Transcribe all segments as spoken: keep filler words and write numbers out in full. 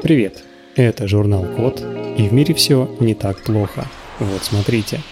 Привет, это журнал Код, и в мире все не так плохо. Вот смотрите.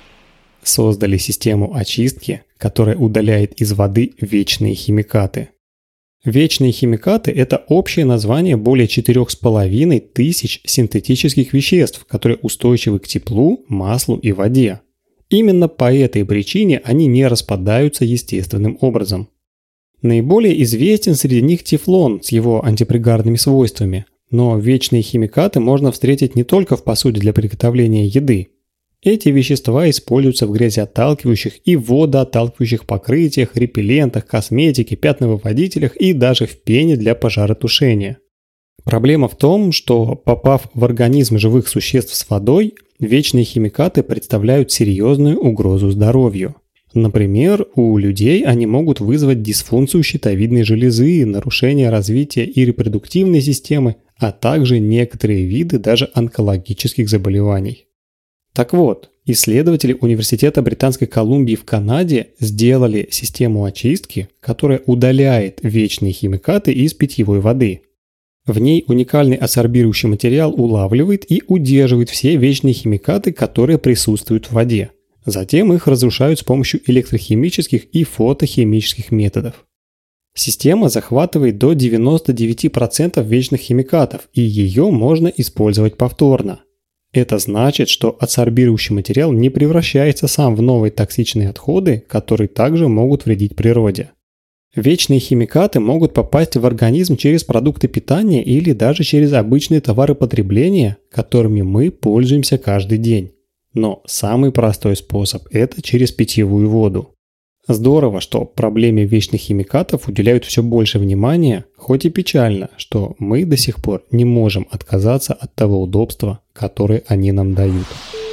Создали систему очистки, которая удаляет из воды вечные химикаты. Вечные химикаты – это общее название более четырех с половиной тысяч синтетических веществ, которые устойчивы к теплу, маслу и воде. Именно по этой причине они не распадаются естественным образом. Наиболее известен среди них тефлон с его антипригарными свойствами, но вечные химикаты можно встретить не только в посуде для приготовления еды. Эти вещества используются в грязеотталкивающих и водоотталкивающих покрытиях, репеллентах, косметике, пятновыводителях и даже в пене для пожаротушения. Проблема в том, что, попав в организм живых существ с водой, вечные химикаты представляют серьезную угрозу здоровью. Например, у людей они могут вызвать дисфункцию щитовидной железы, нарушение развития и репродуктивной системы, а также некоторые виды даже онкологических заболеваний. Так вот, исследователи Университета Британской Колумбии в Канаде сделали систему очистки, которая удаляет вечные химикаты из питьевой воды. В ней уникальный адсорбирующий материал улавливает и удерживает все вечные химикаты, которые присутствуют в воде. Затем их разрушают с помощью электрохимических и фотохимических методов. Система захватывает до девяноста девяти процентов вечных химикатов, и ее можно использовать повторно. Это значит, что адсорбирующий материал не превращается сам в новые токсичные отходы, которые также могут вредить природе. Вечные химикаты могут попасть в организм через продукты питания или даже через обычные товары потребления, которыми мы пользуемся каждый день. Но самый простой способ – это через питьевую воду. Здорово, что проблеме вечных химикатов уделяют все больше внимания, хоть и печально, что мы до сих пор не можем отказаться от того удобства, которое они нам дают.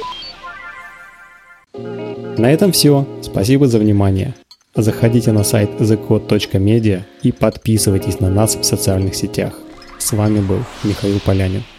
На этом все. Спасибо за внимание. Заходите на сайт the code точка media и подписывайтесь на нас в социальных сетях. С вами был Михаил Полянин.